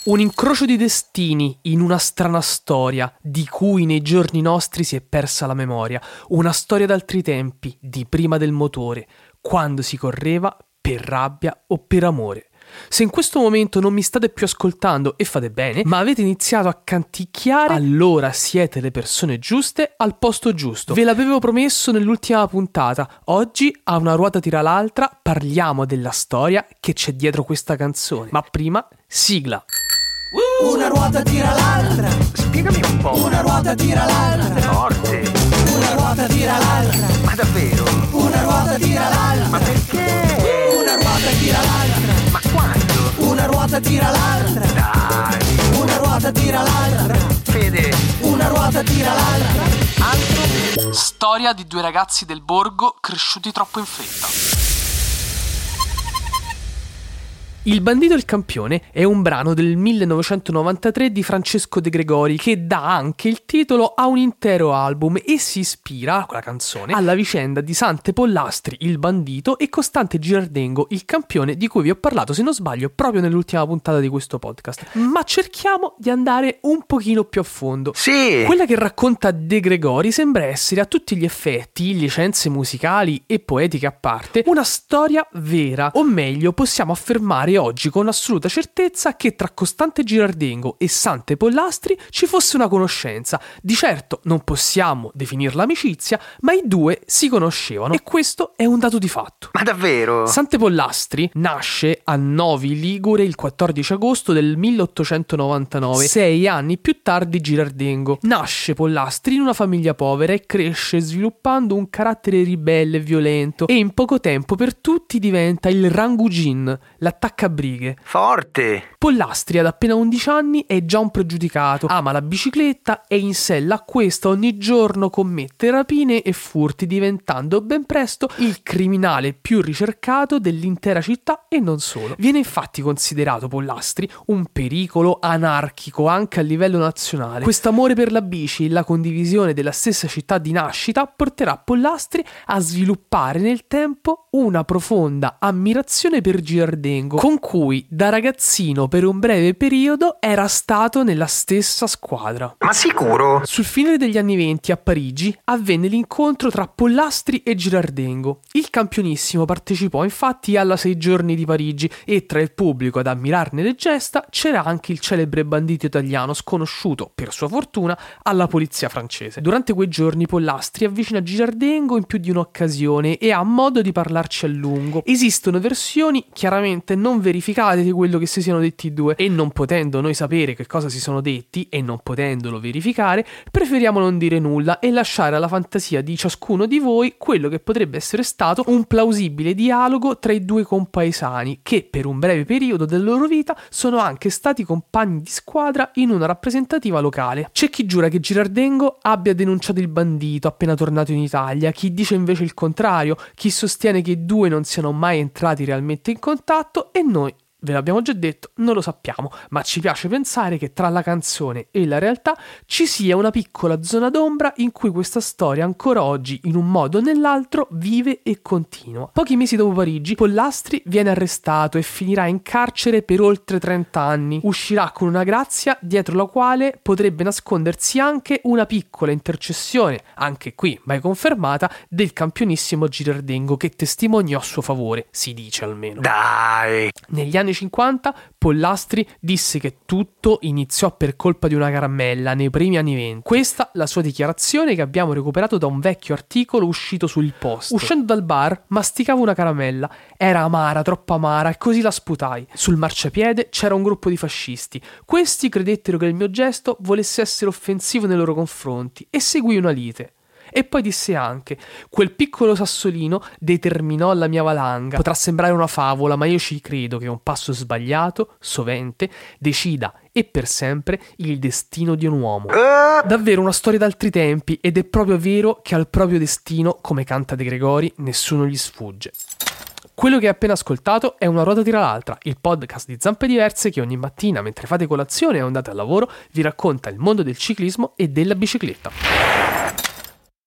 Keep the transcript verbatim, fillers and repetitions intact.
Un incrocio di destini in una strana storia di cui nei giorni nostri si è persa la memoria. Una storia d'altri tempi, di prima del motore, quando si correva per rabbia o per amore. Se in questo momento non mi state più ascoltando, e fate bene, ma avete iniziato a canticchiare, allora siete le persone giuste al posto giusto. Ve l'avevo promesso nell'ultima puntata. Oggi, a una ruota tira l'altra, parliamo della storia che c'è dietro questa canzone. Ma prima, sigla. Una ruota tira l'altra. Spiegami un po'. Una ruota tira l'altra. Forte. Una ruota tira l'altra. Ma davvero? Una ruota tira l'altra. Ma perché? Una ruota tira l'altra. Ma quando? Una ruota tira l'altra. Dai. Una ruota tira l'altra. Fede. Una ruota tira l'altra. Altro? Storia di due ragazzi del borgo cresciuti troppo in fretta. Il bandito e il campione è un brano del millenovecentonovantatré di Francesco De Gregori che dà anche il titolo a un intero album e si ispira, quella canzone, alla vicenda di Sante Pollastri, il bandito, e Costante Girardengo, il campione, di cui vi ho parlato, se non sbaglio, proprio nell'ultima puntata di questo podcast. Ma cerchiamo di andare un pochino più a fondo. Sì. Quella che racconta De Gregori sembra essere a tutti gli effetti, licenze musicali e poetiche a parte, una storia vera, o meglio possiamo affermare oggi con assoluta certezza che tra Costante Girardengo e Sante Pollastri ci fosse una conoscenza. Di certo non possiamo definirla amicizia, ma i due si conoscevano e questo è un dato di fatto. Ma davvero? Sante Pollastri nasce a Novi Ligure il quattordici agosto del milleottocentonovantanove, sei anni più tardi Girardengo. Nasce Pollastri in una famiglia povera e cresce sviluppando un carattere ribelle e violento e in poco tempo per tutti diventa il Rangugin, l'attaccabrighe. Forte. Pollastri ad appena undici anni è già un pregiudicato, ama la bicicletta e in sella a questa ogni giorno commette rapine e furti, diventando ben presto il criminale più ricercato dell'intera città e non solo. Viene infatti considerato Pollastri un pericolo anarchico anche a livello nazionale. Questo amore per la bici e la condivisione della stessa città di nascita porterà Pollastri a sviluppare nel tempo una profonda ammirazione per Girardengo, con cui da ragazzino per un breve periodo era stato nella stessa squadra. Ma sicuro? Sul finire degli anni venti a Parigi avvenne l'incontro tra Pollastri e Girardengo. Il campionissimo partecipò infatti alla Sei giorni di Parigi e tra il pubblico ad ammirarne le gesta c'era anche il celebre bandito italiano sconosciuto, per sua fortuna, alla polizia francese. Durante quei giorni Pollastri avvicina Girardengo in più di un'occasione e ha modo di parlarci a lungo. Esistono versioni chiaramente non verificate di quello che si siano detti i due e non potendo noi sapere che cosa si sono detti e non potendolo verificare, preferiamo non dire nulla e lasciare alla fantasia di ciascuno di voi quello che potrebbe essere stato un plausibile dialogo tra i due compaesani che per un breve periodo della loro vita sono anche stati compagni di squadra in una rappresentativa locale. C'è chi giura che Girardengo abbia denunciato il bandito appena tornato in Italia, chi dice invece il contrario, chi sostiene che i due non siano mai entrati realmente in contatto e noi, ve l'abbiamo già detto, non lo sappiamo, ma ci piace pensare che tra la canzone e la realtà ci sia una piccola zona d'ombra in cui questa storia ancora oggi, in un modo o nell'altro, vive e continua. Pochi mesi dopo Parigi, Pollastri viene arrestato e finirà in carcere per oltre trenta anni. Uscirà con una grazia dietro la quale potrebbe nascondersi anche una piccola intercessione, anche qui mai confermata, del campionissimo Girardengo che testimoniò a suo favore, si dice almeno. Dai. Negli anni cinquanta Pollastri disse che tutto iniziò per colpa di una caramella nei primi anni venti. Questa la sua dichiarazione che abbiamo recuperato da un vecchio articolo uscito sul Post. Uscendo dal bar masticavo una caramella, era amara, troppo amara e così la sputai. Sul marciapiede c'era un gruppo di fascisti. Questi credettero che il mio gesto volesse essere offensivo nei loro confronti e seguì una lite. E poi disse anche: quel piccolo sassolino determinò la mia valanga. Potrà sembrare una favola, ma io ci credo che un passo sbagliato, sovente, decida e per sempre il destino di un uomo. Davvero una storia d'altri tempi, ed è proprio vero che al proprio destino, come canta De Gregori, nessuno gli sfugge. Quello che hai appena ascoltato è Una ruota tira l'altra, il podcast di Zampe Diverse che ogni mattina, mentre fate colazione o andate al lavoro, vi racconta il mondo del ciclismo e della bicicletta.